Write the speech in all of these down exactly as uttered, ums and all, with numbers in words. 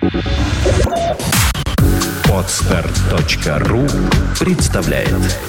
Подстер точка ру представляет.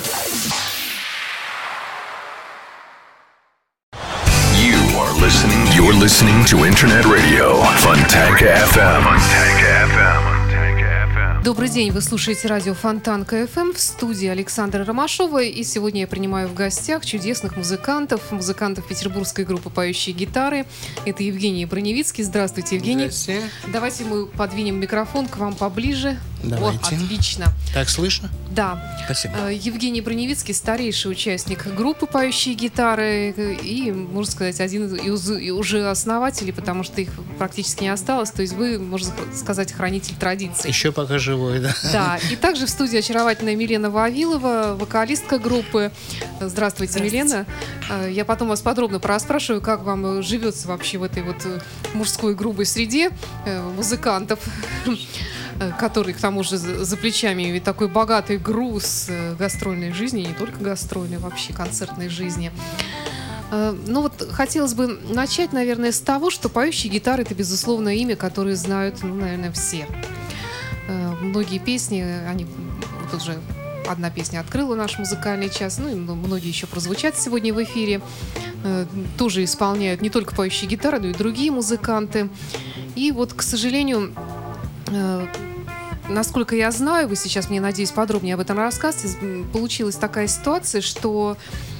You are listening. You're listening to Internet Radio Fontanka эф эм. Fontanka эф эм. Добрый день, вы слушаете радио Фонтанка эф эм, в студии Александра Ромашова, и сегодня я принимаю в гостях чудесных музыкантов, музыкантов петербургской группы «Поющие гитары». Это Евгений Броневицкий. Здравствуйте, Евгений. Здравствуйте. Давайте мы подвинем микрофон к вам поближе. Давайте. О, отлично. Так слышно? Да. Спасибо. Евгений Броневицкий, старейший участник группы «Поющие гитары» и, можно сказать, один из уже основателей, потому что их практически не осталось. То есть вы, можно сказать, хранитель традиций. Еще пока живой, да. Да. И также в студии очаровательная Милена Вавилова, вокалистка группы. Здравствуйте, Здравствуйте, Милена. Я потом вас подробно порасспрашиваю, как вам живется вообще в этой вот мужской грубой среде музыкантов, который, к тому же, за плечами ведь такой богатый груз гастрольной жизни, не только гастрольной, вообще концертной жизни. Ну вот хотелось бы начать, наверное, с того, что «Поющие гитары» — это, безусловно, имя, которое знают, ну, наверное, все. Многие песни, они вот уже одна песня открыла наш музыкальный час, ну и многие еще прозвучат сегодня в эфире. Тоже исполняют не только «Поющие гитары», но и другие музыканты. И вот, к сожалению, насколько я знаю, вы сейчас мне, надеюсь, подробнее об этом расскажете, получилась такая ситуация, что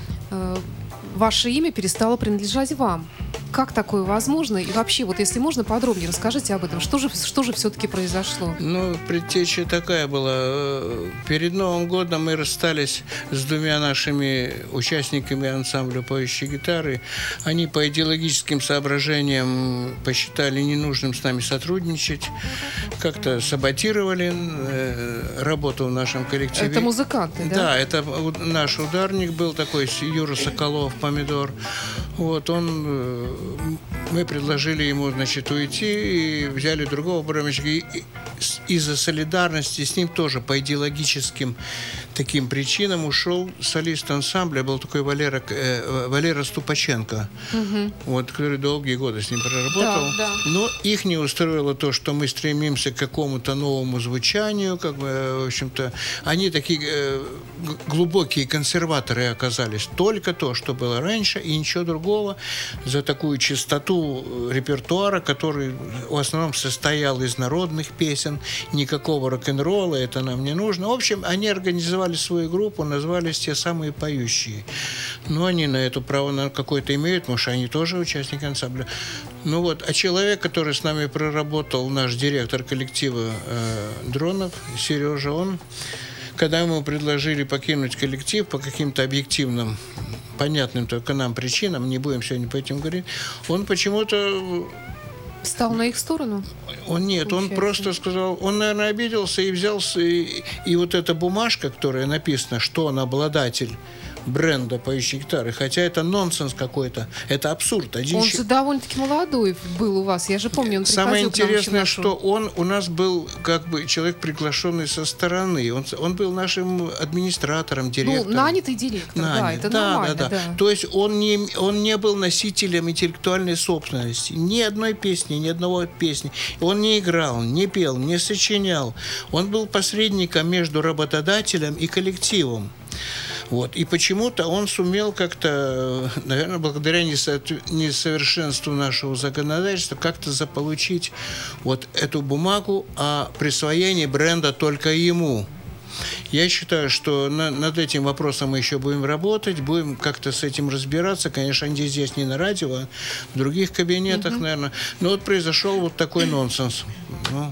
э, ваше имя перестало принадлежать вам. Как такое возможно? И вообще, вот если можно, подробнее расскажите об этом. Что же, что же все-таки произошло? Ну, предтеча такая была. Перед Новым годом мы расстались с двумя нашими участниками ансамбля «Поющие гитары». Они по идеологическим соображениям посчитали ненужным с нами сотрудничать. Как-то саботировали э, работу в нашем коллективе. Это музыканты, да? Да, это наш ударник был такой, Юра Соколов, Помидор. Вот, он... Мы предложили ему, значит, уйти и взяли другого барабанщика. И из-за солидарности с ним тоже по идеологическим таким причинам ушел солист ансамбля. Был такой Валера, э, Валера Ступаченко, угу. Вот, который долгие годы с ним проработал. Да, да. Но их не устроило то, что мы стремимся к какому-то новому звучанию. Как бы, в общем-то, они такие э, глубокие консерваторы оказались. Только то, что было раньше, и ничего другого. За такую чистоту репертуара, который в основном состоял из народных песен, никакого рок-н-ролла, это нам не нужно. В общем, они организовали свою группу, назвались те самые «Поющие». Ну, они на это право на какое-то имеют, потому что они тоже участники ансамбля. Ну вот, а человек, который с нами проработал, наш директор коллектива э, Дронов, Сережа, он, когда ему предложили покинуть коллектив по каким-то объективным, понятным только нам причинам, не будем сегодня по этим говорить, он почему-то... Стал на их сторону? Он нет, получается. Он просто сказал, он, наверное, обиделся и взялся, и, и вот эта бумажка, которая написана, что он обладатель бренда «Поющие гитары», хотя это нонсенс какой-то, это абсурд. Один он щ... же довольно-таки молодой был у вас, я же помню, он приходил. Самое интересное, что он у нас был как бы человек, приглашенный со стороны, он, он был нашим администратором, директором. Ну, нанятый директор, Нанят. да, это да, нормально. Да, да. Да. То есть он не, он не был носителем интеллектуальной собственности, ни одной песни, ни одного песни. Он не играл, не пел, не сочинял. Он был посредником между работодателем и коллективом. Вот. И почему-то он сумел как-то, наверное, благодаря несовершенству нашего законодательства, как-то заполучить вот эту бумагу о присвоении бренда только ему. Я считаю, что на, над этим вопросом мы еще будем работать, будем как-то с этим разбираться. Конечно, не здесь, не на радио, а в других кабинетах, mm-hmm. наверное. Но вот произошел вот такой нонсенс. Ну,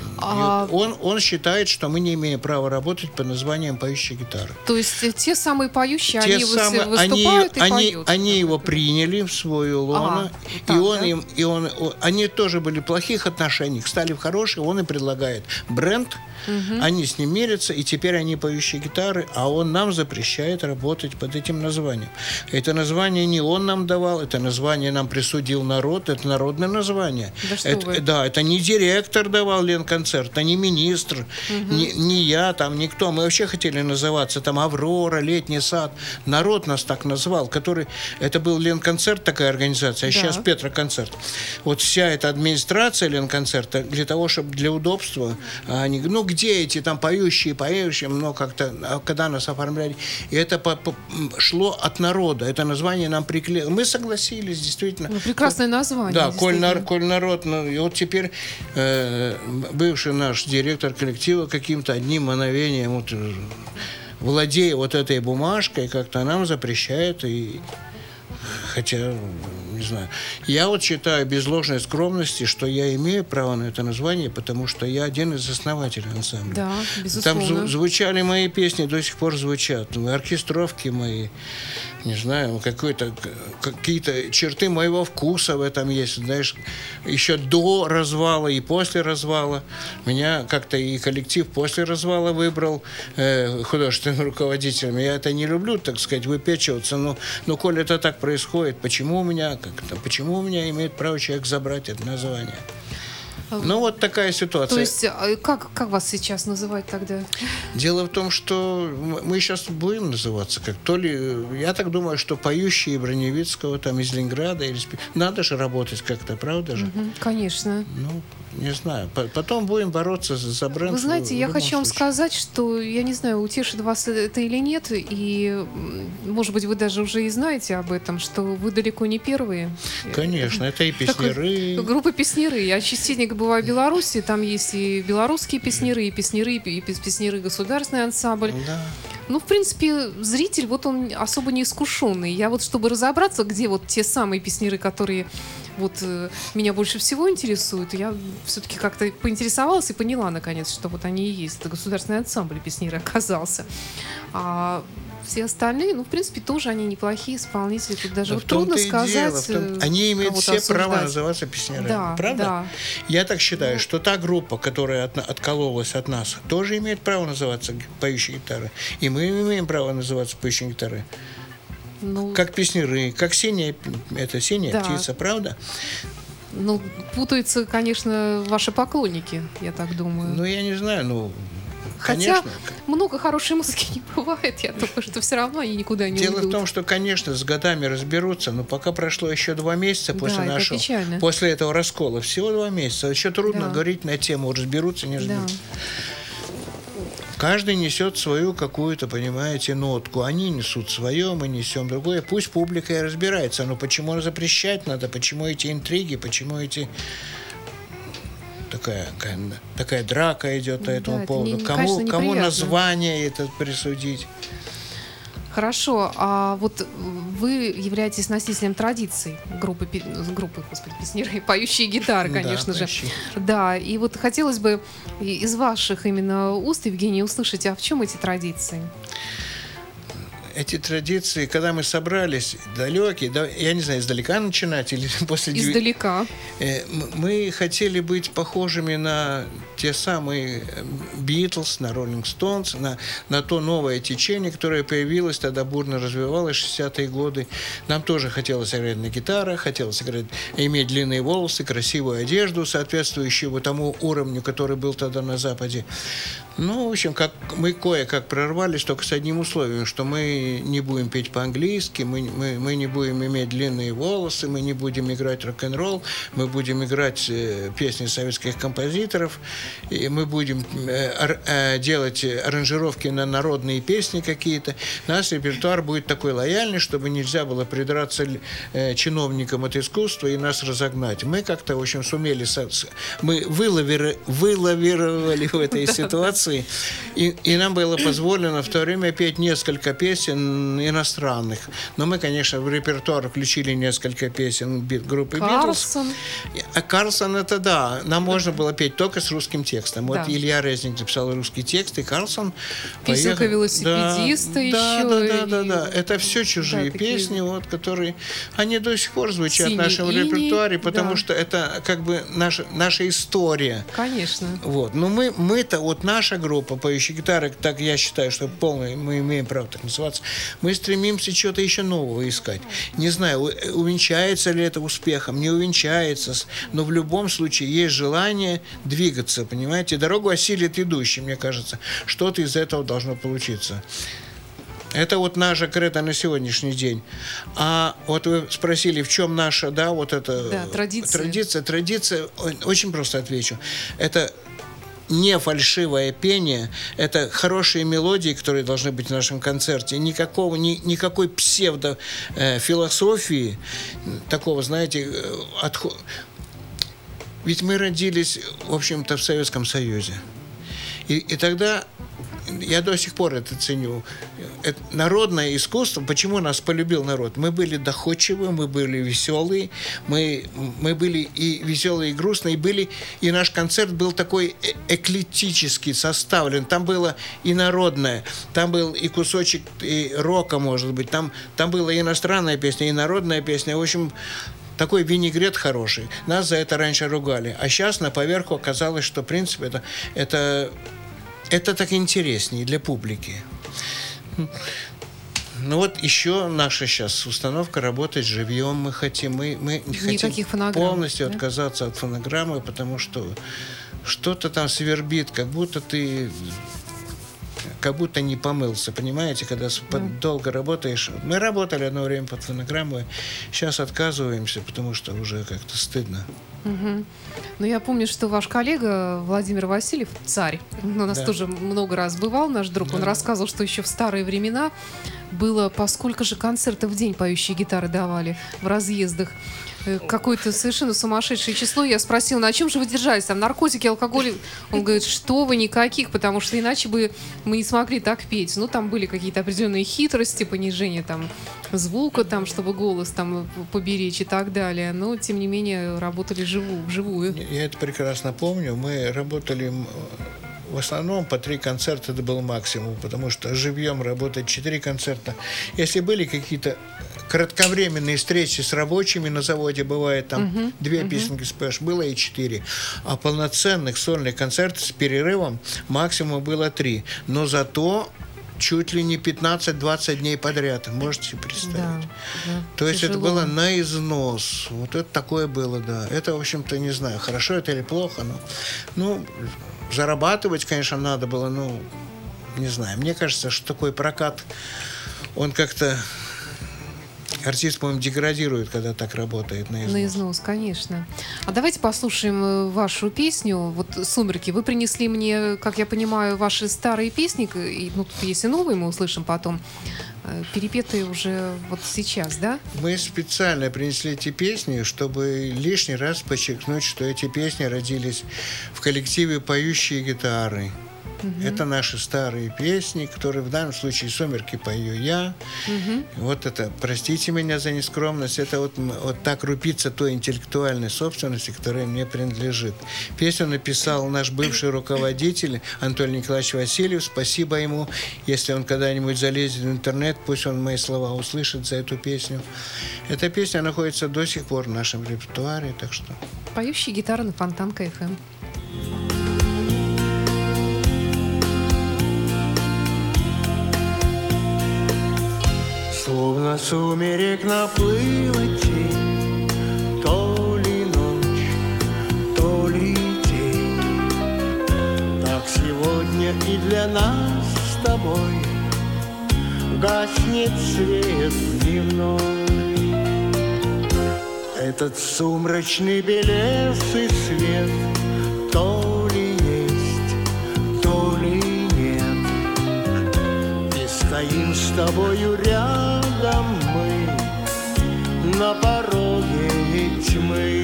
А... Он, он считает, что мы не имеем права работать под названием «Поющие гитары». То есть те самые поющие, те они самые, выступают они, и они, поют? Они его приняли в свою лоно, ага, и, так, он да? им, и он, они тоже были в плохих отношениях, стали в хорошие, он им предлагает бренд, угу. Они с ним мирятся, и теперь они «Поющие гитары», а он нам запрещает работать под этим названием. Это название не он нам давал, это название нам присудил народ, это народное название. Да, что это, вы? Да, это не директор давал Ленконцерт, концерта, ни министр, угу. ни, ни я, там, никто. Мы вообще хотели называться там «Аврора», «Летний сад». Народ нас так назвал, который... Это был Ленконцерт, такая организация, а да. сейчас Петроконцерт. Вот вся эта администрация Ленконцерта для того, чтобы для удобства, они, ну, где эти там поющие, поющие, но как-то, когда нас оформляли, и это по, по, шло от народа, это название нам приклеило. Мы согласились, действительно. Ну, прекрасное название. Да, коль, нар, коль народ, ну, и вот теперь э, бывший наш директор коллектива каким-то одним мановением, вот, владея вот этой бумажкой, как-то нам запрещает, и хотя, не знаю. Я вот считаю без ложной скромности, что я имею право на это название, потому что я один из основателей ансамбля. Да, безусловно. Там звучали мои песни, до сих пор звучат. Оркестровки мои, не знаю, какой-то, какие-то черты моего вкуса в этом есть. Знаешь, еще до развала и после развала. Меня как-то и коллектив после развала выбрал э, художественным руководителем. Я это не люблю, так сказать, выпечиваться, но, но коль это так происходит, почему у меня, как-то, почему у меня имеет право человек забрать это название? Ну, вот такая ситуация. То есть, как, как вас сейчас называть тогда? Дело в том, что мы сейчас будем называться как то ли... Я так думаю, что поющие Броневицкого там из Ленинграда. Или... Надо же работать как-то, правда же? Угу, конечно. Ну, не знаю. Потом будем бороться за бренд. Вы знаете, в, я в хочу случае. вам сказать, что, я не знаю, утешит вас это или нет, и, может быть, вы даже уже и знаете об этом, что вы далеко не первые. Конечно, это и песняры. Такой, группа песняры. Я частенько бываю в Беларуси, там есть и белорусские песняры, и песняры, и песняры государственный ансамбль. Да. Ну, в принципе, зритель, вот он особо не искушенный. Я вот, чтобы разобраться, где вот те самые песняры, которые вот э, меня больше всего интересуют, я все-таки как-то поинтересовалась и поняла, наконец, что вот они и есть. Это государственный ансамбль песняры оказался. А все остальные, ну, в принципе, тоже они неплохие исполнители. Тут даже вот трудно сказать. Том, они имеют все осуждать. Право называться песнярами. Да, правда? Да. Я так считаю, ну, что та группа, которая от, откололась от нас, тоже имеет право называться поющей гитарой. И мы имеем право называться поющей гитарой. Ну, как песняры, как синяя, это синяя да. птица, правда? Ну, путаются, конечно, ваши поклонники, я так думаю. Ну, я не знаю, ну... Хотя конечно. много хорошей музыки не бывает, я думаю, что все равно они никуда не Дело уйдут. в том, что, конечно, с годами разберутся, но пока прошло еще два месяца после да, нашего, это после этого раскола, всего два месяца. Еще трудно да. говорить на тему, разберутся, не разберутся. Да. Каждый несет свою какую-то, понимаете, нотку. Они несут свое, мы несем другое. Пусть публика и разбирается. Но почему запрещать надо? Почему эти интриги? Почему эти... Такая, такая драка идет по этому да, поводу. Не, кому, кажется, кому название это присудить? Хорошо, а вот вы являетесь носителем традиций группы, группы господи, песняры, поющие гитары, конечно да, же. Поющие. Да, и вот хотелось бы из ваших именно уст, Евгений, услышать, а в чем эти традиции? Эти традиции, когда мы собрались, далекие, да, я не знаю, издалека начинать или после... Издалека. Э, мы хотели быть похожими на те самые Битлз, на Роллинг Стоунс, на, на то новое течение, которое появилось, тогда бурно развивалось в шестидесятые годы. Нам тоже хотелось играть на гитарах, хотелось играть, иметь длинные волосы, красивую одежду, соответствующую тому уровню, который был тогда на Западе. Ну, в общем, как мы кое-как прорвались, только с одним условием, что мы не будем петь по-английски, мы, мы, мы не будем иметь длинные волосы, мы не будем играть рок-н-ролл, мы будем играть э, песни советских композиторов, и мы будем э, э, делать аранжировки на народные песни какие-то. Наш репертуар будет такой лояльный, чтобы нельзя было придраться э, чиновникам от искусства и нас разогнать. Мы как-то, в общем, сумели, со, мы вылавир, вылавировали в этой ситуации. И, и нам было позволено в то время петь несколько песен иностранных. Но мы, конечно, в репертуар включили несколько песен группы Битлз. А Карлсон это да. Нам можно было петь только с русским текстом. Да. Вот Илья Резник записал русский текст, и Карлсон песенка поехал. Велосипедиста да, еще. Да, да, да, да, да. Это все чужие да, песни, такие... вот, которые они до сих пор звучат Синий в нашем ини, репертуаре, потому да. что это как бы наша, наша история. Конечно. Вот. Но мы, мы-то, вот наша наша группа «Поющие гитары», так я считаю, что полный, мы имеем право так называться, мы стремимся чего-то еще нового искать. Не знаю, увенчается ли это успехом, не увенчается, но в любом случае есть желание двигаться, понимаете? Дорогу осилит идущий, мне кажется. Что-то из этого должно получиться. Это вот наша кредо на сегодняшний день. А вот вы спросили, в чем наша, да, вот эта да, традиция. Традиция, традиция, очень просто отвечу. Это не фальшивое пение, это хорошие мелодии, которые должны быть в нашем концерте. Никакого, ни, никакой псевдофилософии, такого, знаете, отход... Ведь мы родились, в общем-то, в Советском Союзе. И, и тогда... Я до сих пор это ценю. Это народное искусство, почему нас полюбил народ? Мы были доходчивы, мы были веселые, мы, мы были и веселые, и грустные, и, были, и наш концерт был такой эклектически составлен. Там было и народное, там был и кусочек и рока, может быть, там, там была и иностранная песня, и народная песня. В общем, такой винегрет хороший. Нас за это раньше ругали. А сейчас на поверху оказалось, что, в принципе, это... это Это так интереснее для публики. Ну вот еще наша сейчас установка работать живьем. Мы хотим, мы, мы хотим полностью да? отказаться от фонограммы, потому что что-то там свербит, как будто ты как будто не помылся, понимаете, когда да. долго работаешь. Мы работали одно время под фонограммой, сейчас отказываемся, потому что уже как-то стыдно. Угу. Но я помню, что ваш коллега Владимир Васильев, царь, он у нас да. тоже много раз бывал, наш друг, да. он рассказывал, что еще в старые времена было, по сколько же концертов в день поющие гитары давали в разъездах. Какое-то совершенно сумасшедшее число. Я спросила, на чем же вы держались? Там наркотики, алкоголь? Он говорит, что вы, никаких, потому что иначе бы мы не смогли так петь. Ну, там были какие-то определенные хитрости, понижение там звука, там, чтобы голос там поберечь и так далее. Но, тем не менее, работали живую, вживую. Я это прекрасно помню. Мы работали... В основном по три концерта это был максимум, потому что живьем работать четыре концерта. Если были какие-то кратковременные встречи с рабочими на заводе, бывает там uh-huh, две uh-huh. песенки споешь, было и четыре. А полноценных сольных концертов с перерывом максимум было три. Но зато чуть ли не пятнадцать-двадцать дней подряд. Можете себе представить? Да, да, То есть тяжело. Это было на износ. Вот это такое было, да. Это, в общем-то, не знаю, хорошо это или плохо, но... Ну, зарабатывать, конечно, надо было, ну, не знаю. Мне кажется, что такой прокат, он как-то... Артист, по-моему, деградирует, когда так работает на износ. На износ, конечно. А давайте послушаем вашу песню. Вот «Сумерки». Вы принесли мне, как я понимаю, ваши старые песни. И, ну, тут есть и новые, мы услышим потом. Перепетые уже вот сейчас, да? Мы специально принесли эти песни, чтобы лишний раз подчеркнуть, что эти песни родились в коллективе «Поющие гитары». Угу. Это наши старые песни, которые в данном случае «Сумерки» пою я. Угу. Вот это, простите меня за нескромность, это вот, вот та крупица той интеллектуальной собственности, которая мне принадлежит. Песню написал наш бывший руководитель Анатолий Николаевич Васильев. Спасибо ему. Если он когда-нибудь залезет в интернет, пусть он мои слова услышит за эту песню. Эта песня находится до сих пор в нашем репертуаре, так что... «Поющие гитары» на Фонтанка эф эм. Словно сумерек наплыла тень, то ли ночь, то ли день. Так сегодня и для нас с тобой гаснет свет дневной. Этот сумрачный белесый свет то ли есть, то ли нет. И стоим с тобою рядом мы на пороге тьмы.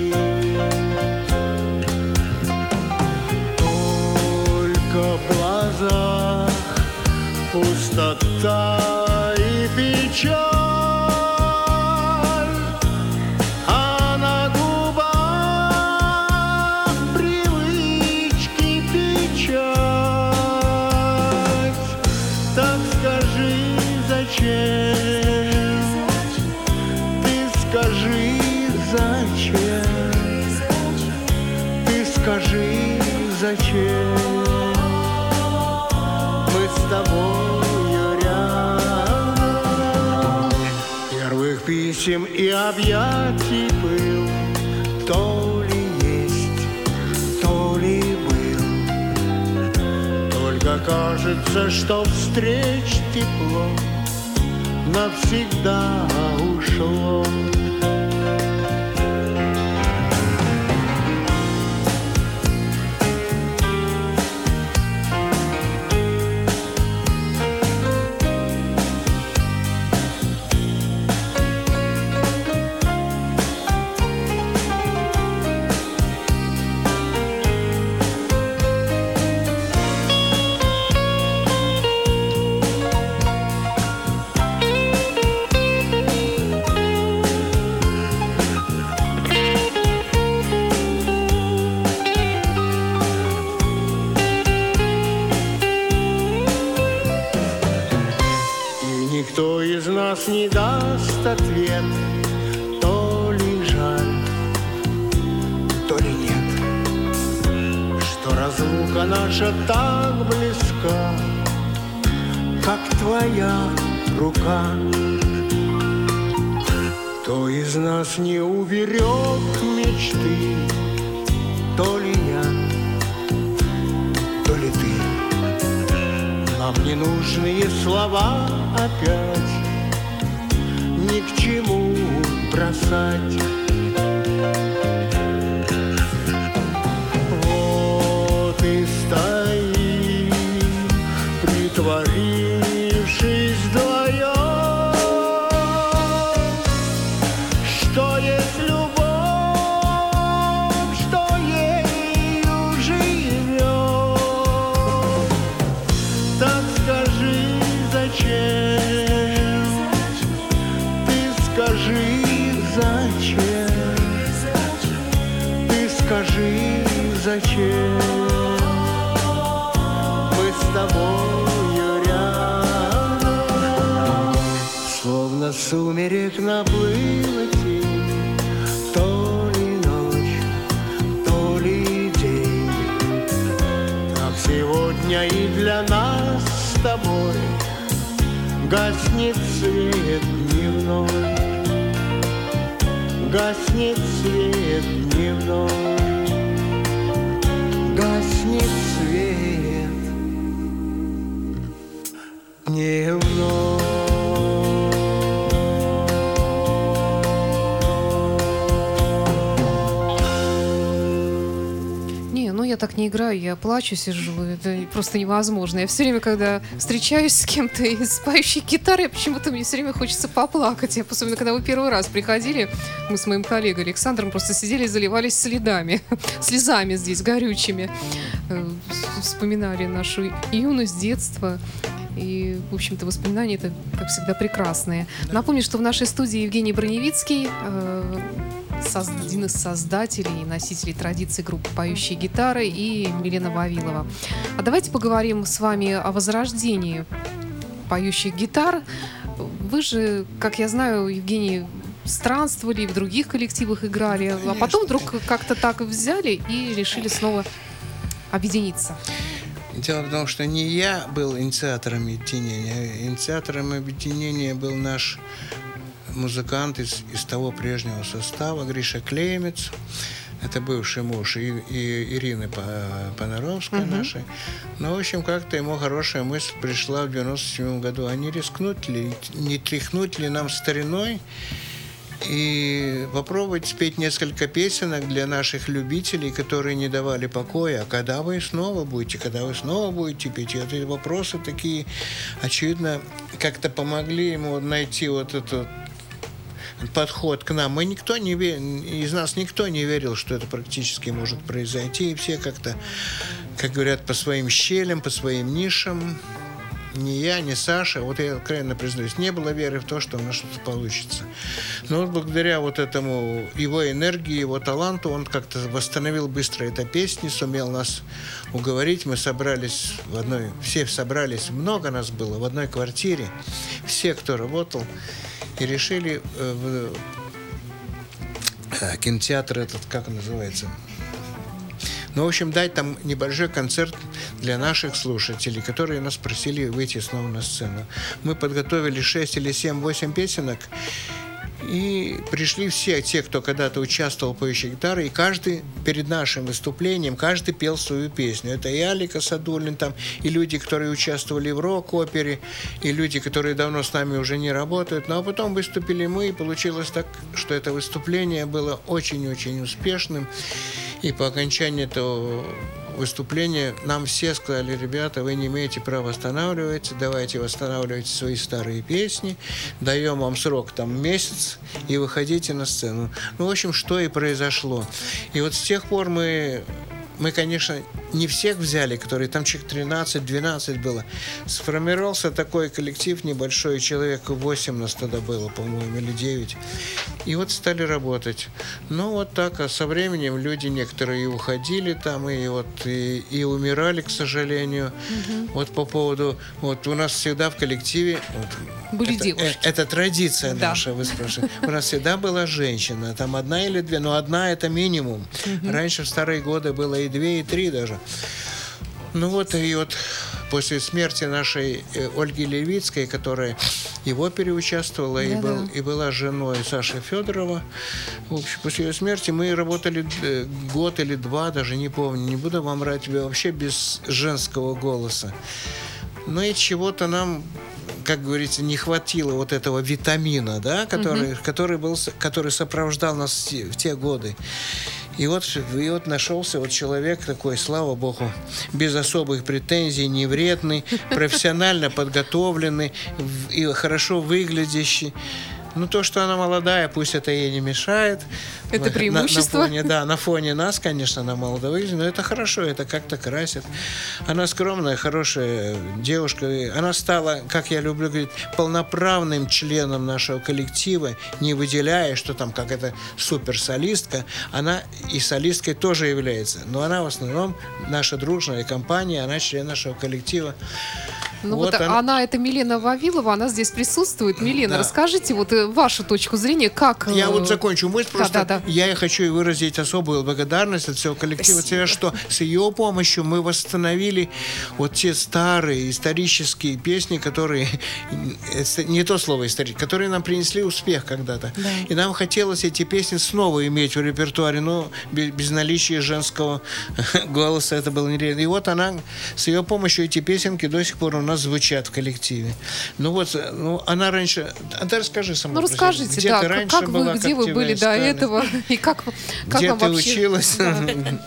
Только в глазах пустота и печаль, а на губах привычки печать. Так скажи, зачем? Ты скажи, зачем? Ты скажи, зачем? писем и объятий был, то ли есть, то ли был. Только кажется, что встреч тепло навсегда ушло. Никто из нас не даст ответ, то ли жаль, то ли нет, что разлука наша так близка, как твоя рука. Кто из нас не уберег мечты, то ли я, то ли ты. Нам ненужные слова опять ни к чему бросать. Вот и стоим, притворившись вдвоем, что есть любовь, что ею живем. Так скажи, зачем? Ты скажи, зачем? Ты скажи, зачем? Мы с тобою рядом, словно сумерек наплыла тень, то ли ночь, то ли день. Так сегодня и для нас с тобой гаснет свет дневной, гаснет свет дневной, гаснет свет дневной. Не, ну я так не играю, я плачу, сижу, это просто невозможно. Я все время, когда встречаюсь с кем-то из поющей гитары, почему-то мне все время хочется поплакать. Я, особенно, когда вы первый раз приходили, мы с моим коллегой Александром просто сидели и заливались следами, слезами здесь, горючими. Вспоминали нашу юность, детство. И, в общем-то, воспоминания это, как всегда, прекрасные. Напомню, что в нашей студии Евгений Броневицкий, один из создателей и носителей традиции группы «Поющие гитары», и Милена Вавилова. А давайте поговорим с вами о возрождении поющих гитар. Вы же, как я знаю, Евгений, странствовали, в других коллективах играли, конечно, а потом вдруг как-то так взяли и решили снова объединиться. Дело в том, что не я был инициатором объединения. Инициатором объединения был наш музыкант из, из того прежнего состава, Гриша Клеймец. Это бывший муж и, и Ирины Понаровской, uh-huh. нашей. Но, в общем, как-то ему хорошая мысль пришла в девяносто седьмом году. А не рискнуть ли, не тряхнуть ли нам стариной и попробовать спеть несколько песенок для наших любителей, которые не давали покоя. А когда вы снова будете, когда вы снова будете петь? И эти вопросы такие, очевидно, как-то помогли ему найти вот этот подход к нам. Мы никто не ве... из нас никто не верил, что это практически может произойти. И все как-то, как говорят, по своим щелям, по своим нишам. Ни я, ни Саша, вот я откровенно признаюсь, не было веры в то, что у нас что-то получится. Но вот благодаря вот этому его энергии, его таланту, он как-то восстановил быстро эту песню, сумел нас уговорить. Мы собрались в одной, все собрались, много нас было в одной квартире, все, кто работал, и решили э, в, э, кинотеатр этот, как он называется? Ну, в общем, дать там небольшой концерт для наших слушателей, которые нас просили выйти снова на сцену. Мы подготовили шесть или семь, восемь песенок, И пришли все те, кто когда-то участвовал в «Поющей гитаре», и каждый перед нашим выступлением, каждый пел свою песню. Это и Алика Садулин, там, и люди, которые участвовали в рок-опере, и люди, которые давно с нами уже не работают. Ну, а потом выступили мы, и получилось так, что это выступление было очень-очень успешным. И по окончании этого выступления нам все сказали: ребята, вы не имеете права останавливаться, давайте восстанавливайте свои старые песни, даем вам срок там месяц и выходите на сцену. Ну, в общем, что и произошло. И вот с тех пор мы, мы, конечно, не всех взяли, которые там человек тринадцать-двенадцать было. Сформировался такой коллектив небольшой, человек восемь нас тогда было, по-моему, или девять. И вот стали работать. Ну, вот так, а со временем люди некоторые и уходили там, и вот и, и умирали, к сожалению. Угу. Вот по поводу, вот у нас всегда в коллективе вот, были это, девушки. Э, это традиция да. наша, вы спрашиваете. У нас всегда была женщина, там одна или две, но одна это минимум. Угу. Раньше в старые годы было и две, и три даже. Ну вот, и вот после смерти нашей э, Ольги Левицкой, которая его переучаствовала, да, и, был, да. и была женой Саши Федорова, в общем, после ее смерти мы работали э, год или два, даже не помню, не буду вам врать, вообще без женского голоса. Но и чего-то нам, как говорится, не хватило вот этого витамина, да, который, угу. который, был, который сопровождал нас в те годы. И вот, и вот нашелся вот человек такой, слава богу, без особых претензий, невредный, профессионально подготовленный и хорошо выглядящий. Ну, то, что она молодая, пусть это ей не мешает. Это преимущество. На, на фоне, да, на фоне нас, конечно, она молодо выглядит, но это хорошо, это как-то красит. Она скромная, хорошая девушка. Она стала, как я люблю говорить, полноправным членом нашего коллектива, не выделяя, что там какая-то суперсолистка. Она и солисткой тоже является. Но она в основном наша дружная компания, она член нашего коллектива. Ну вот, вот она... она, это Милена Вавилова, она здесь присутствует. Милена, да. расскажите вот вашу точку зрения, как... Я вот закончу мысль, просто да, да, да. я хочу выразить особую благодарность от всего коллектива, Спасибо. что с ее помощью мы восстановили вот те старые исторические песни, которые, не то слово исторические, которые нам принесли успех когда-то. Да. И нам хотелось эти песни снова иметь в репертуаре, но без, без наличия женского голоса это было нереально. И вот она, с ее помощью эти песенки до сих пор у нас звучат в коллективе. Ну вот, ну, она раньше... А ты расскажи сама. Ну расскажите, где да, ты раньше как была, вы, где как вы были до этого, и как, как где вам ты вообще училась? Да,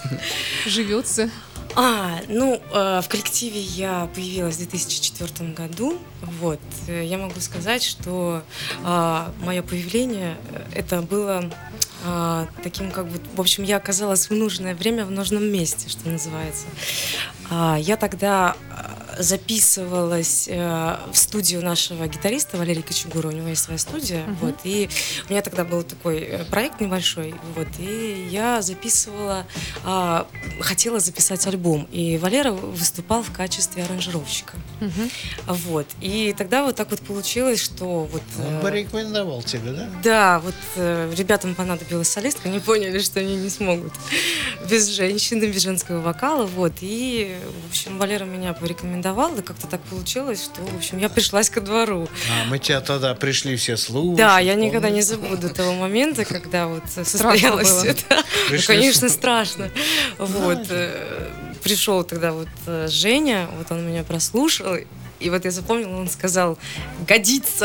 живется? А, ну, э, в коллективе я появилась в две тысячи четвёртом году. Вот, я могу сказать, что э, мое появление, это было э, таким, как бы, в общем, я оказалась в нужное время, в нужном месте, что называется. Э, я тогда записывалась э, в студию нашего гитариста Валерия Кочегура, у него есть своя студия, uh-huh. вот, и у меня тогда был такой проект небольшой, вот, и я записывала, э, хотела записать альбом, и Валера выступал в качестве аранжировщика, uh-huh. вот, и тогда вот так вот получилось, что вот... Он э, порекомендовал тебя, да? Да, вот э, ребятам понадобилась солистка, они поняли, что они не смогут без женщины, без женского вокала, вот, и, в общем, Валера меня порекомендовал, и как-то так получилось, что, в общем, я пришлась ко двору. А, мы тебя тогда пришли все слушать. Да, я помню. Никогда не забуду того момента, когда вот состоялось это. Ну, конечно, страшно. Вот. Пришел тогда вот Женя, вот он меня прослушал, и вот я запомнила, он сказал: годится.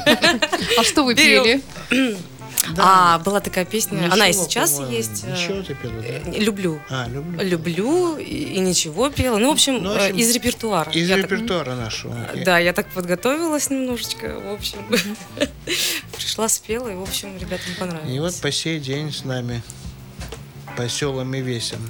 А что вы пели? Да. А была такая песня, ничего, она и сейчас по-моему. есть. Ничего ты пела, да? Люблю. А, люблю. Люблю и, и ничего пела. Ну, в общем, ну, в общем из репертуара. Из я репертуара так, нашего. Okay. Да, я так подготовилась немножечко, в общем. Пришла, спела, и, в общем, ребятам понравилось. И вот по сей день с нами по селам и весям.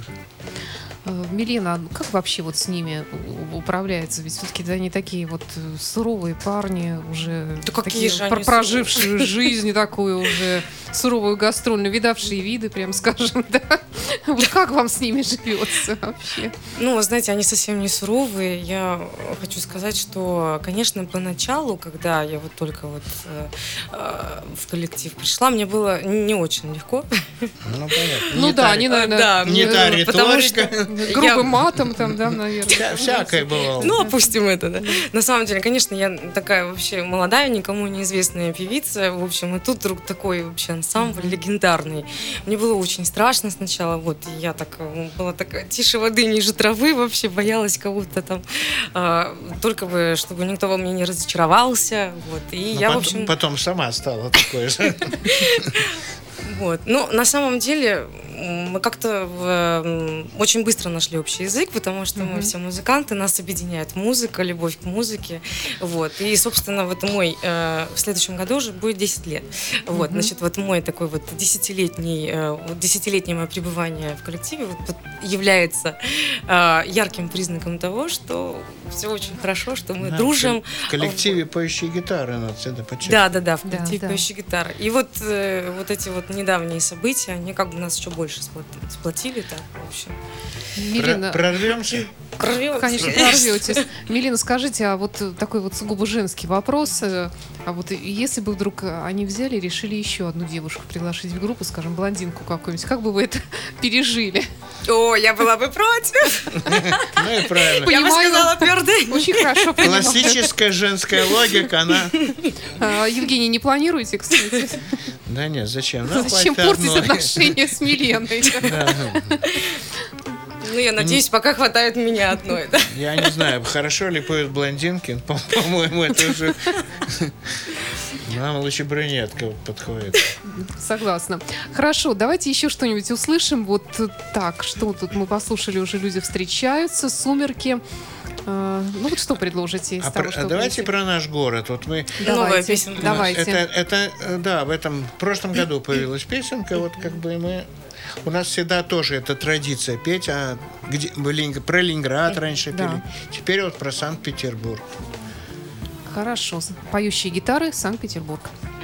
Милена, как вообще вот с ними управляется? Ведь все-таки да, они такие вот суровые парни, уже да такие же про- прожившие жизнь такую уже суровую гастрольную, видавшие виды, прям скажем, да? Вот как вам с ними живется вообще? Ну, вы знаете, они совсем не суровые. Я хочу сказать, что, конечно, поначалу, когда я вот только вот э, э, в коллектив пришла, мне было не очень легко. Ну, понятно. Ну Не да, та- они, наверное, Да, Не та э, потому что риторика. грубым я- матом там, да, наверное. Вся- Всякое бывало. Ну, опустим это, да. На самом деле, конечно, я такая вообще молодая, никому неизвестная певица. В общем, и тут вдруг такой вообще ансамбль легендарный. Мне было очень страшно сначала. Вот, и я так э, была такая тише воды, ниже травы, вообще боялась кого-то там. а, Только бы, чтобы никто во мне не разочаровался. Вот. И Ну, я, в потом, общем... потом сама стала такой же. Вот. Ну, на самом деле, м, мы как-то в, м, очень быстро нашли общий язык, потому что мы все музыканты, нас объединяет музыка, любовь к музыке. Вот. И, собственно, вот мой, э, в следующем году уже будет десять лет. Вот. Значит, вот мой такой вот десятилетний, э, вот десятилетнее мое пребывание в коллективе вот, вот является э, ярким признаком того, что все очень хорошо, что мы Да, дружим. В коллективе поющие гитары, надо всегда подчеркнуть. Да, да, да, в Да, коллективе да. поющие гитары. И вот, э, вот эти вот недавние события, они как бы нас еще больше сплот- сплотили, так, в общем. Милена, Прорвемся? Прорвемся. конечно, прорветесь. Милена, скажите, а вот такой вот сугубо женский вопрос. э, А вот если бы вдруг они взяли и решили еще одну девушку приглашить в группу, скажем, блондинку какую-нибудь, как бы вы это пережили? О, я была бы против. Ну и правильно. Я бы Понимаю. сказала твердо. Очень хорошо понимаю. Классическая женская логика, она... А, Евгений, не планируете, кстати? Да нет, зачем? Ну, Зачем хватит портить одной. отношения с Миленой? Ну, я надеюсь, пока хватает меня одной. Да? Я не знаю, хорошо ли поют блондинки. По- По-моему, это уже... Нам лучше брюнетка вот подходит. Согласна. Хорошо, давайте еще что-нибудь услышим. Вот так, что тут мы послушали уже, люди встречаются, «Сумерки». А, ну вот что предложите из А, того, про- что а вы давайте будете? про наш город. Вот мы... Новая Давайте, песенка. давайте. Это, это, э, да, в этом в прошлом году появилась песенка, вот как бы мы... У нас всегда тоже эта традиция петь, а где, в Ленинг- про Ленинград раньше Да. пели. Теперь вот про Санкт-Петербург. Хорошо. Поющие гитары, Санкт-Петербург.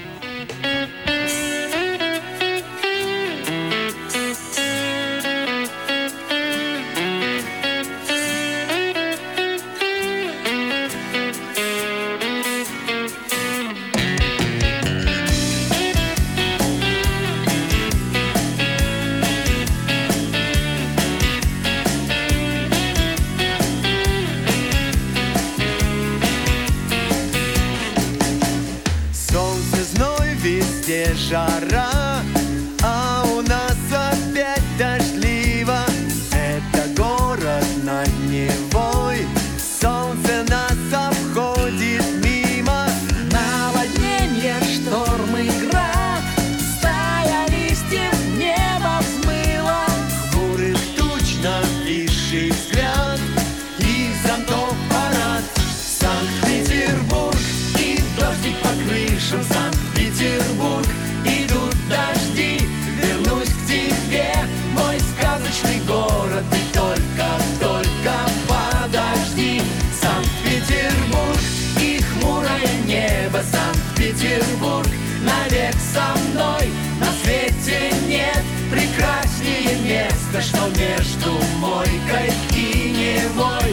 Солнце, зной, везде жара, а у нас опять дождливо. Это город над Невой, солнце нас обходит мимо. Наводнение, шторм и град, стая листьев небо взмыла. Хмурых туч нависший взгляд и зонтов парад. Санкт-Петербург и дождик по крышам. Санкт-Петербург, идут дожди. Вернусь к тебе, мой сказочный город. Ты только, только подожди. Санкт-Петербург и хмурое небо. Санкт-Петербург, навек со мной. На свете нет прекраснее места, что между Мойкой и Невой.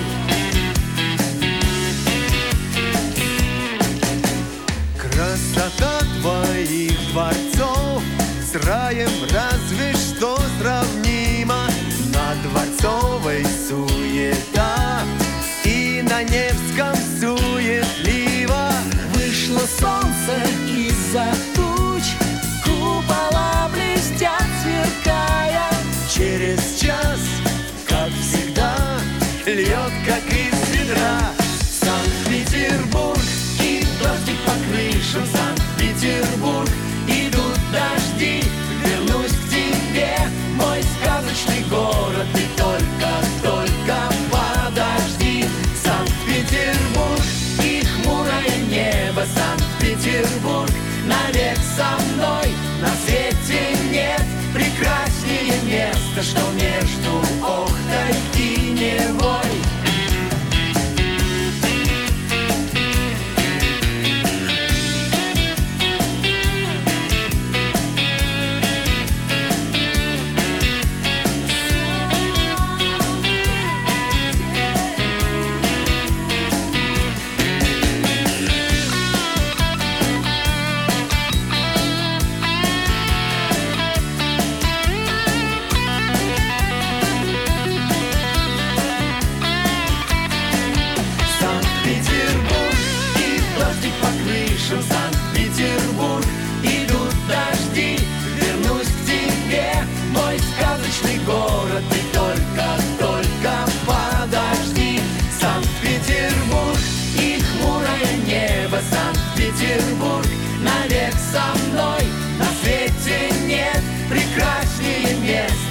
Красота твоих дворцов с раем разве что сравнима. На Дворцовой суета и на Невском суетливо. Вышло солнце из-за туч, купола блестят, сверкая. Через час, как всегда, льет, как из ведра. Санкт-Петербург и дождик по крышам. Санкт-Петербург, идут дожди. Вернусь к тебе, мой сказочный город. Ты только, только подожди. Санкт-Петербург и хмурое небо. Санкт-Петербург, навек со мной. На свете нет прекраснее места, что между Охтой и Невой.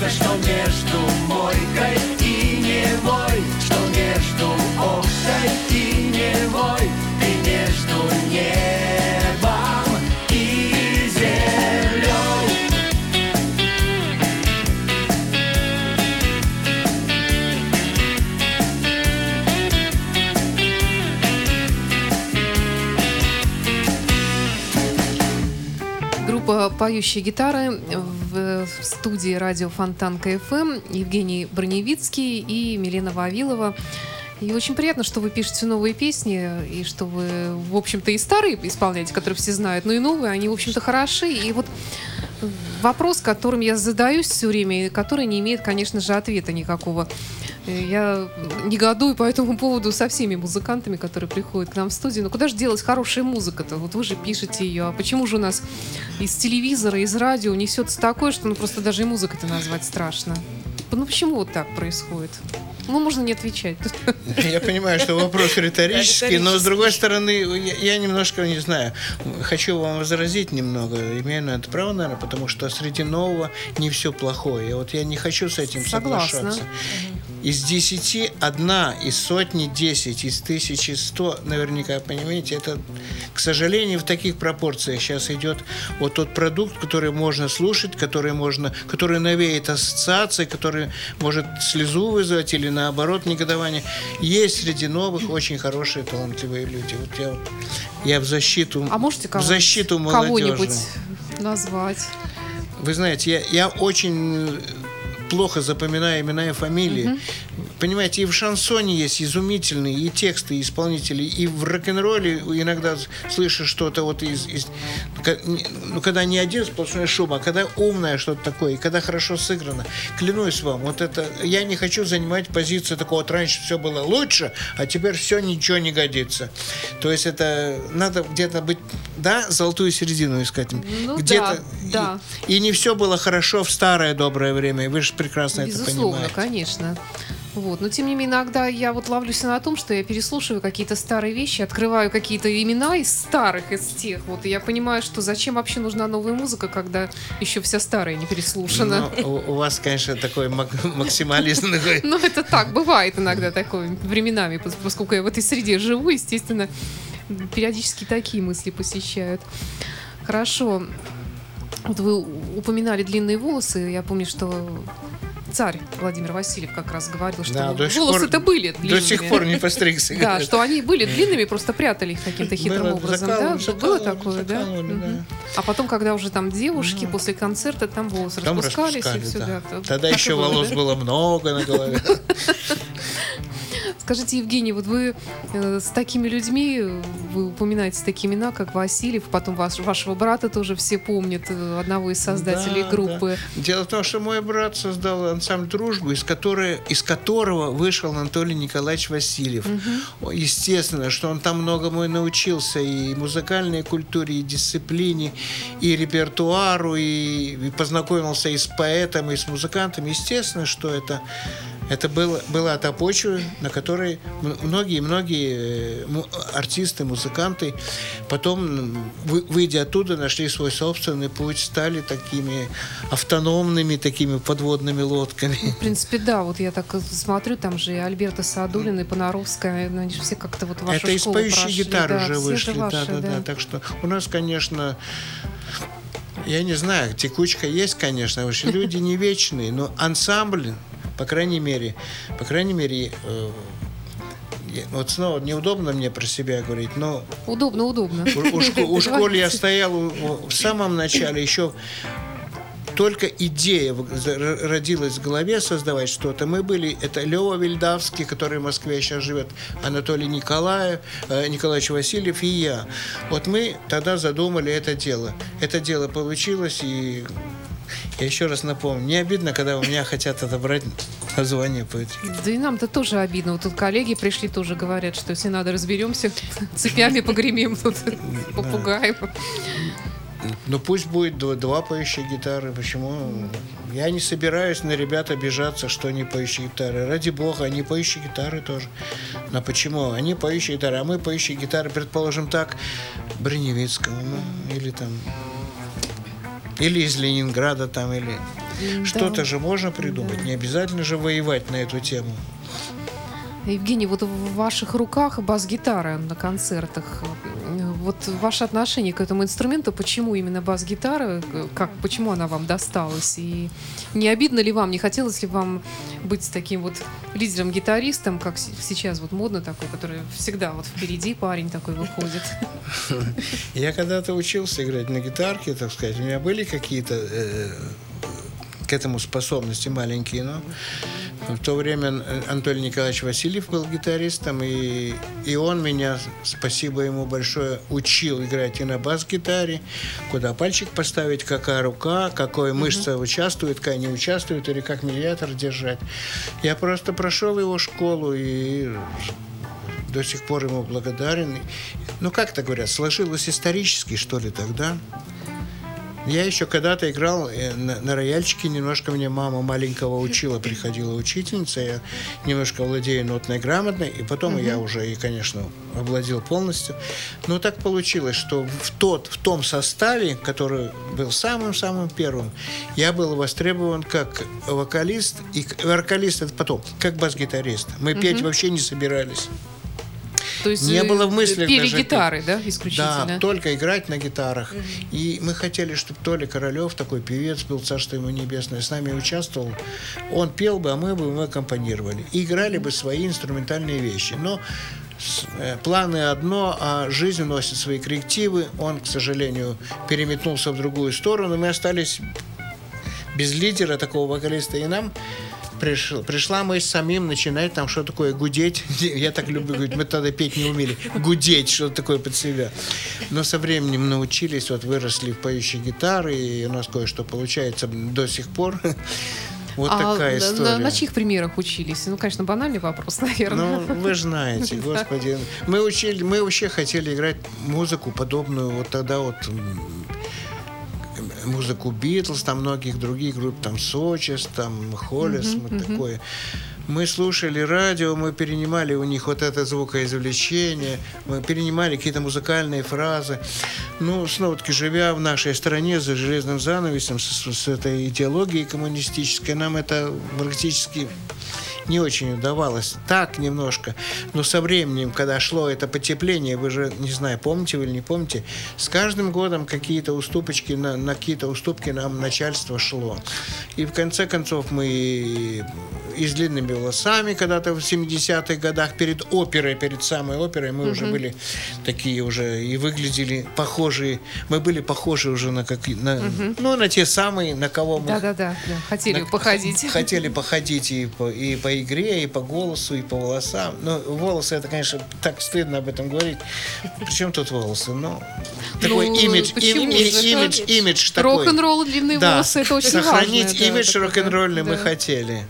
солнце, что между мойкой и Невой, что между Охтой и Невой, и между небом и землей. Группа «Поющие гитары» в студии радио Фонтанка эф эм, Евгений Броневицкий и Милена Вавилова. И очень приятно, что вы пишете новые песни, и что вы, в общем-то, и старые исполняете, которые все знают, но и новые, они, в общем-то, хороши. И вот вопрос, которым я задаюсь все время, и который не имеет, конечно же, ответа никакого. Я негодую по этому поводу со всеми музыкантами, которые приходят к нам в студию. Но куда же делась хорошая музыка-то? Вот вы же пишете ее. А почему же у нас из телевизора, из радио несется такое, что ну просто даже и музыкой-то назвать страшно? Ну почему вот так происходит? Ну, можно не отвечать. Я понимаю, что вопрос риторический, но, с другой стороны, я, я немножко, не знаю, хочу вам возразить немного. Имею на это право, наверное, потому что среди нового не все плохое. И вот я не хочу с этим Согласна. соглашаться. Из десяти одна, из сотни десять, из тысячи сто, наверняка, понимаете, это, к сожалению, в таких пропорциях сейчас идет вот тот продукт, который можно слушать, который можно, который навеет ассоциации, который может слезу вызвать или наоборот негодование. Есть среди новых очень хорошие, талантливые люди. Вот я, я в защиту, а можете в защиту молодежи. Кого-нибудь назвать? Вы знаете, я, я очень плохо запоминаю имена и фамилии. Uh-huh. Понимаете, и в шансоне есть изумительные и тексты, и исполнители, и в рок-н-ролле иногда слышишь что-то вот из... из ну, когда не один сплошной шум, а когда умное что-то такое, и когда хорошо сыграно. Клянусь вам, вот это... Я не хочу занимать позицию такого, вот раньше все было лучше, а теперь все ничего не годится. То есть это... Надо где-то быть... Да, золотую середину искать. Ну где-то... да, да. И, и не все было хорошо в старое доброе время, и вы же прекрасно Безусловно, это понимаете. Безусловно, конечно. Вот. Но тем не менее, иногда я вот ловлюсь на том, что я переслушиваю какие-то старые вещи, открываю какие-то имена из старых, из тех. Вот, и я понимаю, что зачем вообще нужна новая музыка, когда еще вся старая не переслушана. Ну, у, у вас, конечно, такой максимализм. Ну, это так, бывает иногда такое временами, поскольку я в этой среде живу, естественно, периодически такие мысли посещают. Хорошо. Вот вы упоминали длинные волосы. Я помню, что царь Владимир Васильев как раз говорил, что да, волосы-то были длинными. До сих пор не постригся. Да, что они были длинными, просто прятали их каким-то хитрым образом. Да? Было такое, да? А потом, когда уже там девушки после концерта, там волосы распускались. И все, да. Тогда еще волос было много на голове. Скажите, Евгений, вот вы э, с такими людьми, вы упоминаете такие имена, как Васильев, потом ваш, вашего брата тоже все помнят, одного из создателей да, группы. Да. Дело в том, что мой брат создал ансамбль «Дружбу», из, которой, из которого вышел Анатолий Николаевич Васильев. Угу. Естественно, что он там многому и научился, и музыкальной культуре, и дисциплине, и репертуару, и, и познакомился и с поэтом, и с музыкантом. Естественно, что это... Это было, была та почва, на которой многие-многие артисты, музыканты потом, выйдя оттуда, нашли свой собственный путь, стали такими автономными, такими подводными лодками. В принципе, да, вот я так смотрю, там же и Альберта Саадулина, и Понаровская, они же все как-то вот вашу это школу из поющей прошли. гитары Да, уже вышли. Ваши, да, да, да. да. Так что у нас, конечно... Я не знаю, текучка есть, конечно, вообще люди не вечные, но ансамбль, по крайней мере, по крайней мере, э, вот снова неудобно мне про себя говорить, но... Удобно, удобно. У, у, у школы я стоял у, у, в самом начале, еще только идея родилась в голове создавать что-то. Мы были, это Лёва Вильдавский, который в Москве сейчас живет, Анатолий Николаев, э, Николаевич Васильев и я. Вот мы тогда задумали это дело. Это дело получилось, и я еще раз напомню, не обидно, когда у меня хотят отобрать название поэтики. Да и нам-то тоже обидно. Вот тут коллеги пришли, тоже говорят, что если надо, разберемся, цепями погремим, тут попугаем. Ну пусть будет два, два поющие гитары. Почему? Я не собираюсь на ребят обижаться, что они поющие гитары. Ради бога, они поющие гитары тоже. Но почему? Они поющие гитары, а мы поющие гитары, предположим так, Броневицкого, ну, или там, или из Ленинграда там, или... Да. Что-то же можно придумать, Да. не обязательно же воевать на эту тему. Евгений, вот в ваших руках бас-гитара на концертах. Вот ваше отношение к этому инструменту, почему именно бас-гитара, как, почему она вам досталась? И не обидно ли вам, не хотелось ли вам быть таким вот лидером-гитаристом, как с- сейчас вот модно такой, который всегда вот впереди парень такой выходит? Я когда-то учился играть на гитарке, так сказать. У меня были какие-то э, к этому способности маленькие, но в то время Анатолий Николаевич Васильев был гитаристом, и, и он меня, спасибо ему большое, учил играть и на бас-гитаре, куда пальчик поставить, какая рука, какая мышца участвует, какая не участвует, или как медиатор держать. Я просто прошел его школу и до сих пор ему благодарен. Ну, как это говорят, сложилось исторически, что ли, тогда. Я еще когда-то играл э, на, на рояльчике, немножко меня мама маленького учила, приходила учительница, я немножко владею нотной грамотной, и потом я уже, и, конечно, овладел полностью. Но так получилось, что в, тот, в том составе, который был самым-самым первым, я был востребован как вокалист, и к- вокалист это потом, как бас-гитарист. Мы петь вообще не собирались. То есть Не э, было в мыслях пели даже гитары, да, исключительно? Да, только играть на гитарах. И мы хотели, чтобы Толя Королев, такой певец был, царство ему небесное, с нами участвовал. Он пел бы, а мы бы ему аккомпанировали. И играли бы свои инструментальные вещи. Но с- э, планы одно, а жизнь уносит свои коррективы. Он, к сожалению, переметнулся в другую сторону. Мы остались без лидера, такого вокалиста. И нам приш- пришла мысль самим начинать там что такое гудеть. Я так люблю говорить, мы тогда петь не умели. Гудеть, что-то такое под себя. Но со временем научились, вот выросли в поющие гитары, и у нас кое-что получается до сих пор. Вот А такая на- история. На, на чьих примерах учились? Ну, конечно, банальный вопрос, наверное. Ну, вы же знаете, господи. Мы учили, мы вообще хотели играть музыку подобную вот тогда вот м, музыку Битлз, там многих других групп, там Сочес, там Холлес, вот такое. Мы слушали радио, мы перенимали у них вот это звукоизвлечение, мы перенимали какие-то музыкальные фразы. Ну, снова-таки, живя в нашей стране за железным занавесом, с, с этой идеологией коммунистической, нам это практически не очень удавалось. Так немножко. Но со временем, когда шло это потепление, вы же, не знаю, помните вы или не помните, с каждым годом какие-то уступочки, на, на какие-то уступки нам начальство шло. И в конце концов мы и с длинными волосами когда-то в семидесятых годах перед оперой, перед самой оперой мы уже были такие уже и выглядели похожие. Мы были похожи уже на какие, на, ну, на те самые, на кого мы Да-да-да, да. хотели на- походить. Хотели походить и по, и по игре, и по голосу, и по волосам. Ну, волосы, это, конечно, так стыдно об этом говорить. Причем тут волосы? Ну, такой Ну, имидж, почему им- и- же? имидж, имидж такой. Рок-н-ролл, длинные Да, волосы, это очень сохранить важно. да, имидж такой, рок-н-ролльный да, мы да. хотели.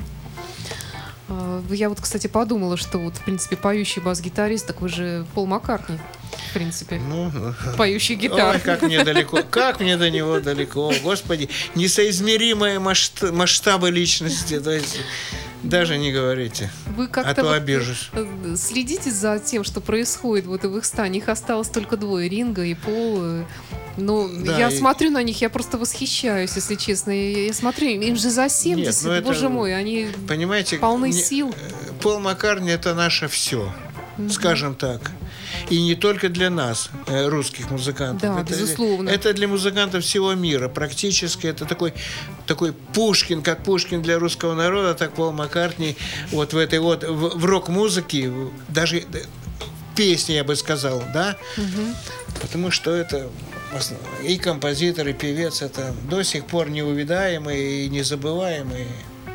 А, Я вот, кстати, подумала, что вот, в принципе, поющий бас-гитарист, так вы же Пол Маккартни, в принципе. Ну, Поющий гитар. ой, как мне далеко, как мне до него далеко, господи, несоизмеримые масшт- масштабы личности, то есть даже не говорите, Вы как-то а то вот, обижусь. э, следите за тем, что происходит вот и в их стане. Их осталось только двое, Ринго и Пол. э. Ну, Да, я и- смотрю на них, я просто восхищаюсь, если честно. Я, я смотрю, им же за семьдесят, ну это- боже мой, они... Понимаете, полны не- сил. Пол Маккартни — это наше все, скажем так. И не только для нас, э, русских музыкантов. Да, это, безусловно. Это для музыкантов всего мира. Практически это такой, такой Пушкин, как Пушкин для русского народа, так Пол Маккартни вот в этой вот, в, в рок-музыке, в- даже э, песни, я бы сказал, да? Потому что это основ- и композитор, и певец, это до сих пор неувидаемый и незабываемый.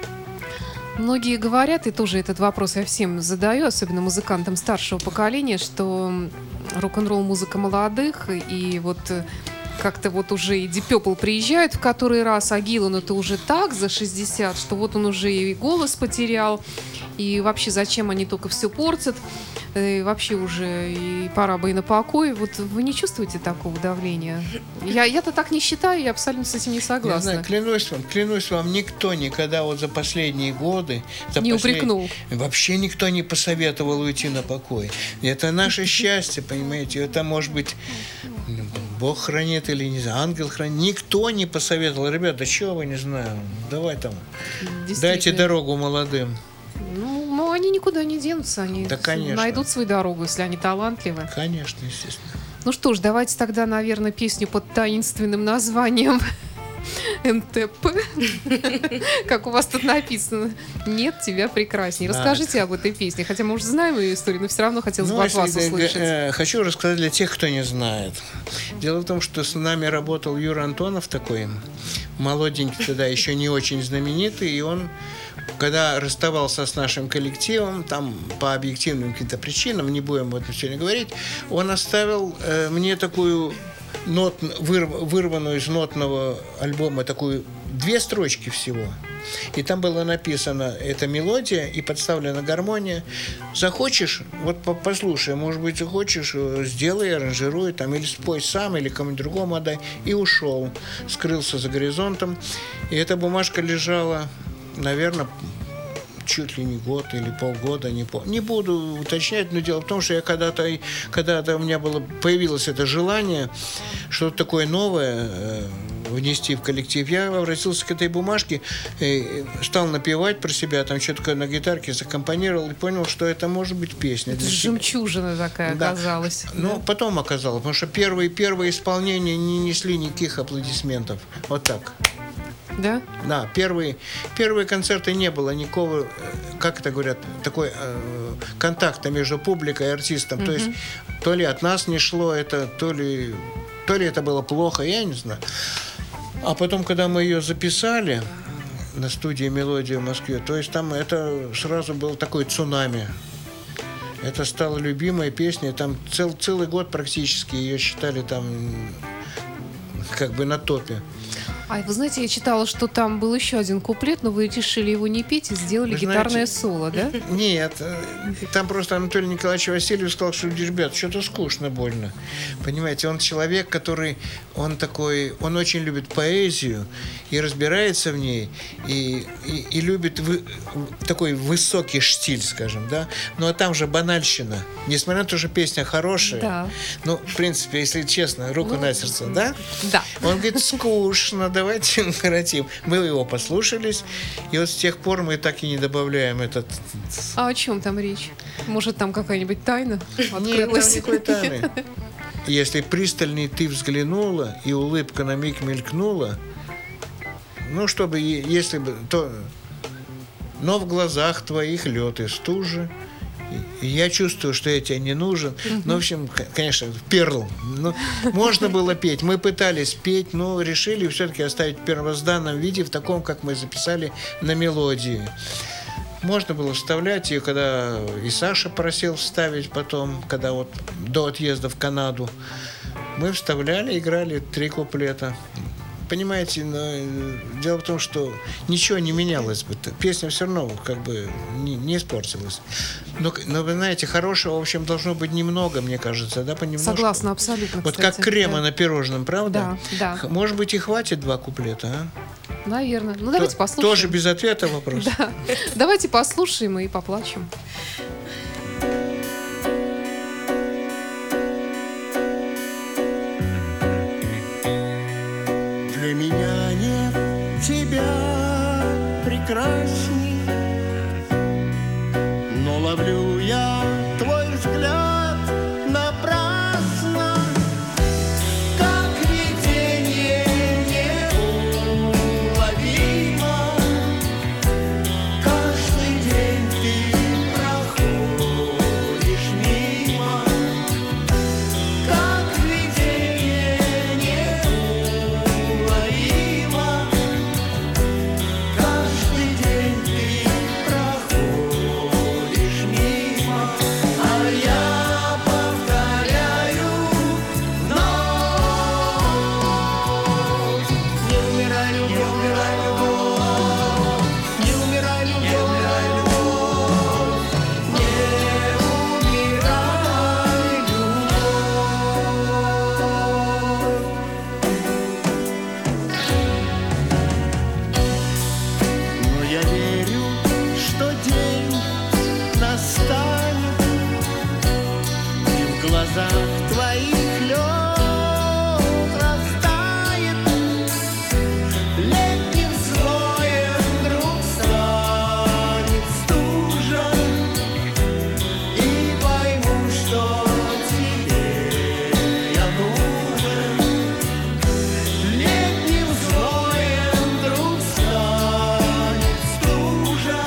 Многие говорят, и тоже этот вопрос я всем задаю, особенно музыкантам старшего поколения, что м, рок-н-ролл музыка молодых, и вот э, как-то вот уже и Deep Purple приезжают в который раз, а Гиллан это уже так за шестьдесят, что вот он уже и голос потерял, и вообще зачем они только все портят, и вообще уже и пора бы и на покой. Вот вы не чувствуете такого давления? Я, я-то так не считаю, я абсолютно с этим не согласна. Не знаю, клянусь вам, клянусь вам, никто никогда вот за последние годы... За не послед... упрекнул. Вообще никто не посоветовал уйти на покой. Это наше счастье, понимаете, это может быть... Бог хранит или не знаю, ангел хранит. Никто не посоветовал. Ребята, чего вы, не знаю, давай там, дайте дорогу молодым. Ну, ну, они никуда не денутся, они да, найдут свою дорогу, если они талантливы. Конечно, естественно. Ну что ж, давайте тогда, наверное, песню под таинственным названием эн тэ пэ. Как у вас тут написано. Нет тебя прекрасней. Расскажите об этой песне. Хотя мы уже знаем ее историю, но все равно хотелось бы от вас услышать. Хочу рассказать для тех, кто не знает. Дело в том, что с нами работал Юра Антонов такой, молоденький, тогда еще не очень знаменитый, и он, когда расставался с нашим коллективом, там по объективным каким-то причинам, не будем об этом сегодня говорить, он оставил э, мне такую нот, выр, вырванную из нотного альбома такую две строчки всего. И там было написано эта мелодия и подставлена гармония. Захочешь, вот послушай, может быть, захочешь, сделай, аранжируй, там, или спой сам, или кому-нибудь другому отдай. И ушел. Скрылся за горизонтом. И эта бумажка лежала, наверное, чуть ли не год или полгода, не помню. Не буду уточнять, но дело в том, что я когда-то, когда-то у меня было, появилось это желание что-то такое новое э, внести в коллектив. Я обратился к этой бумажке, э, стал напевать про себя, там что-то на гитарке закомпонировал и понял, что это может быть песня. Это жемчужина такая да. оказалась. Но да? потом оказалось, потому что первые, первые исполнения не несли никаких аплодисментов. Вот так. Да? Да, первые, первые концерты не было никакого, как это говорят, такой э, контакта между публикой и артистом. Mm-hmm. То есть то ли от нас не шло это, то ли, то ли это было плохо, я не знаю. А потом, когда мы ее записали на студии «Мелодия» в Москве, то есть там это сразу было такое цунами. Это стало любимой песней. Там цел, целый год практически ее считали там как бы на топе. А вы знаете, я читала, что там был еще один куплет, но вы решили его не петь и сделали вы гитарное знаете, соло, да? Нет, там просто Анатолий Николаевич Васильев сказал, что, ребят, что-то скучно больно. Понимаете, он человек, который, он такой, он очень любит поэзию и разбирается в ней, и, и, и любит вы, такой высокий штиль, скажем, да? Ну, а там же банальщина. Несмотря на то, что песня хорошая, да. Ну, в принципе, если честно, руку ну, на сердце, да? Да. Он говорит, скучно, давайте укоротим. Мы его послушались, и вот с тех пор мы так и не добавляем этот... А о чем там речь? Может, там какая-нибудь тайна открылась? Нет, там никакой тайны. Если пристальней ты взглянула, и улыбка на миг мелькнула, ну, чтобы, если бы, то... Но в глазах твоих лед и стужа, я чувствую, что я тебе не нужен. Mm-hmm. Ну, в общем, конечно, перл. Ну, можно было петь. Мы пытались петь, но решили все-таки оставить в первозданном виде, в таком, как мы записали на мелодии. Можно было вставлять ее, когда и Саша просил вставить потом, когда вот до отъезда в Канаду. Мы вставляли, играли три куплета. Понимаете, но дело в том, что ничего не менялось бы. Песня все равно как бы не, не испортилась. Но, но, вы знаете, хорошего, в общем, должно быть немного, мне кажется, да, понемножку. Согласна, абсолютно, вот кстати, как крема да. на пирожном, правда? Да, да. Может быть, и хватит два куплета, а? Наверное. Ну, давайте То, послушаем. Тоже без ответа вопрос. Да. Давайте послушаем и поплачем. Для меня нет тебя прекрасней, но ловлю я твой взгляд напрасно, как видение неуловимо. Каждый день ты проходишь мимо, как видение неуловимо. Каждый день глазах твоих лед растает, летним слоем вдруг станет стужа, и пойму, что тебе я нужен. Летним слоем вдруг станет стужа,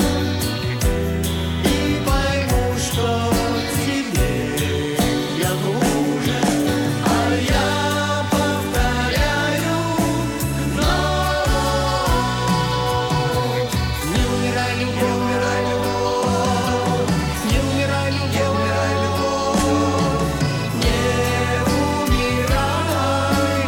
и пойму, что тебе я нужен. А я повторяю вновь: не умирай, любовь, не умирай, любовь, не умирай,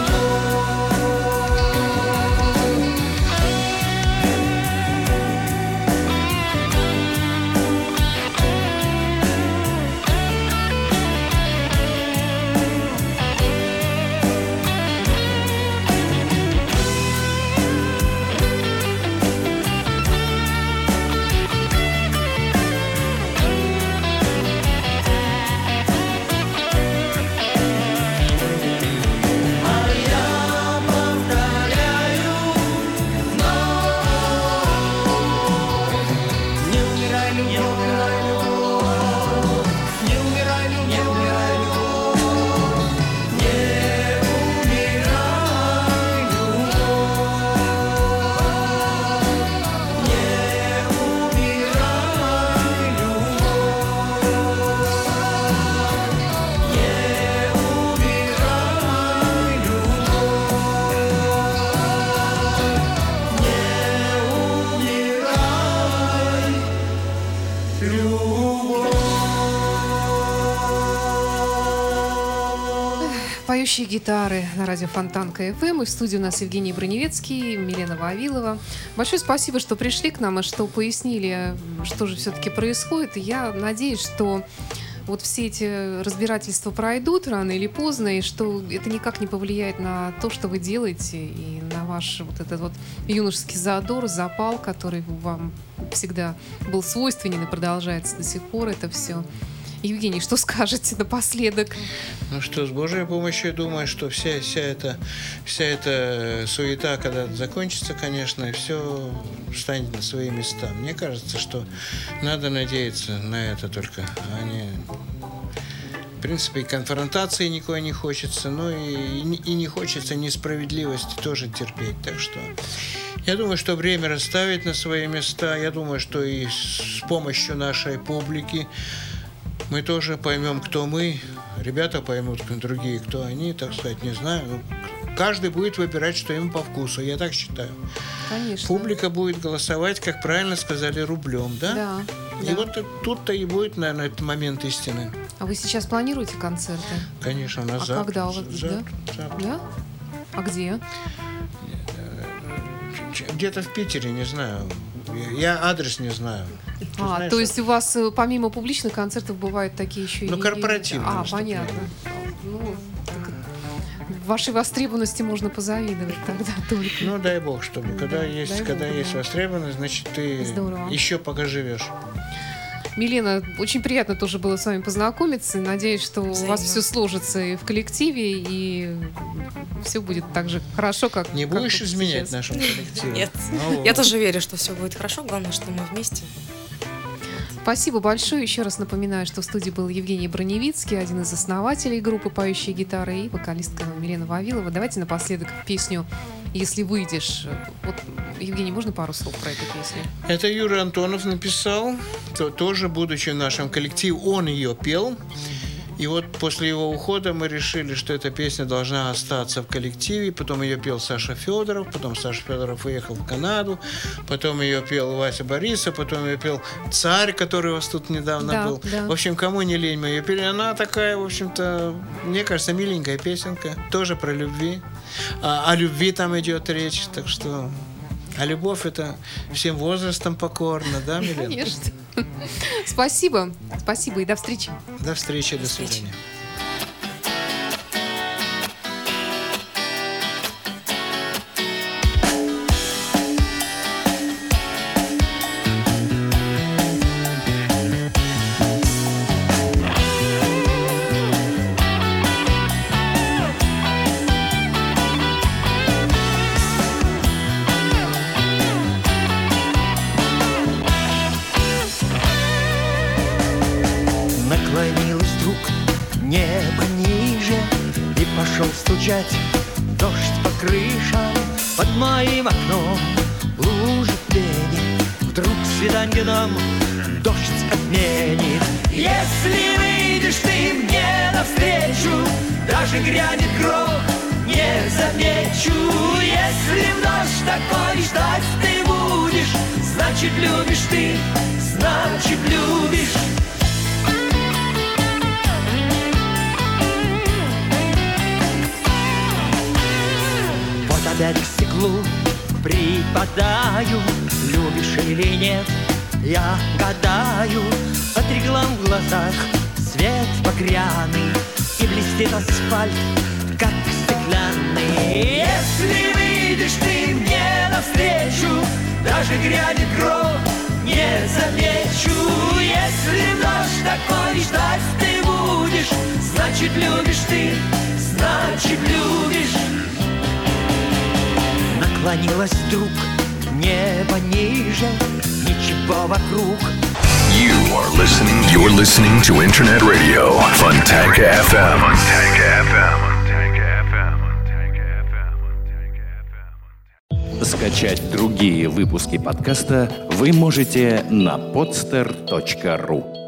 Поющие гитары на радио Фонтанка эф эм. И в студии у нас Евгений Броневецкий, Милена Вавилова. Большое спасибо, что пришли к нам и что пояснили, что же все-таки происходит. И я надеюсь, что вот все эти разбирательства пройдут рано или поздно, и что это никак не повлияет на то, что вы делаете, и на ваш вот этот вот юношеский задор, запал, который вам всегда был свойственен и продолжается до сих пор это все. Евгений, что скажете напоследок? Ну что, с Божьей помощью, я думаю, что вся, вся, эта, вся эта суета, когда закончится, конечно, все станет на свои места. Мне кажется, что надо надеяться на это только. А не... В принципе, и конфронтации никакой не хочется, но и, и не хочется несправедливости тоже терпеть. Так что я думаю, что время расставить на свои места. Я думаю, что и с помощью нашей публики мы тоже поймем, кто мы. Ребята поймут, другие, кто они, так сказать, не знаю. Каждый будет выбирать, что ему по вкусу, я так считаю. Конечно. Публика будет голосовать, как правильно сказали, рублем, да? Да. И да. вот тут-то и будет, наверное, этот момент истины. А вы сейчас планируете концерты? Конечно, у нас А завтра. когда у вас? Завтра, Да? завтра. Да? А где? Где-то в Питере, не знаю. Я адрес не знаю. Ты А, знаешь, то есть у вас э, помимо публичных концертов бывают такие еще и... Ну, корпоративные А, выступления. понятно. Ну, так, вашей востребованности можно позавидовать тогда только. Ну, дай бог, чтобы. Когда Да, есть, дай когда бог, есть да. востребованность, значит, ты Здорово. еще пока живешь. Милена, очень приятно тоже было с вами познакомиться. Надеюсь, что у вас Взаимно. все сложится и в коллективе, и все будет так же хорошо, как Не как будешь вот изменять сейчас. нашему коллективу? Нет. Ну, Я вот. тоже верю, что все будет хорошо. Главное, что мы вместе. Спасибо большое. Еще раз напоминаю, что в студии был Евгений Броневицкий, один из основателей группы «Поющие гитары», и вокалистка Милена Вавилова. Давайте напоследок песню «Если выйдешь». Вот, Евгений, можно пару слов про эту песню? Это Юра Антонов написал, то, тоже будучи в нашем коллективе, он ее пел. И вот после его ухода мы решили, что эта песня должна остаться в коллективе. Потом ее пел Саша Федоров, потом Саша Федоров уехал в Канаду, потом ее пел Вася Борисов, потом ее пел Царь, который у вас тут недавно Да, был. да. В общем, кому не лень, мы ее пели. Она такая, в общем-то, мне кажется, миленькая песенка, тоже про любви. А, о любви там идет речь, так что... А любовь — это всем возрастом покорно, да, Милена? Конечно. Спасибо. Спасибо и до встречи. До встречи, до встречи. свидания. Наклонилось вдруг небо ниже, и пошел стучать дождь по крышам. Под моим окном лужи пени, вдруг свиданье нам дождь отменит. Если выйдешь ты мне навстречу, даже грянет гром, не замечу. Если в дождь такой ждать ты будешь, значит любишь ты, значит любишь. Вот опять к стеклу припадаю, любишь или нет, я гадаю. От реглам в глазах свет багряный, и блестит асфальт, как стеклянный. Если выйдешь ты мне навстречу, даже грянет гром, не замечу. Если дождь такой ждать ты будешь, значит любишь ты, значит любишь. Наклонилась вдруг небо ниже, ничего вокруг. You are listening. You're listening to Internet Radio Fontanka эф эм. Fontanka эф эм. Скачать другие выпуски подкаста вы можете на podster точка ru.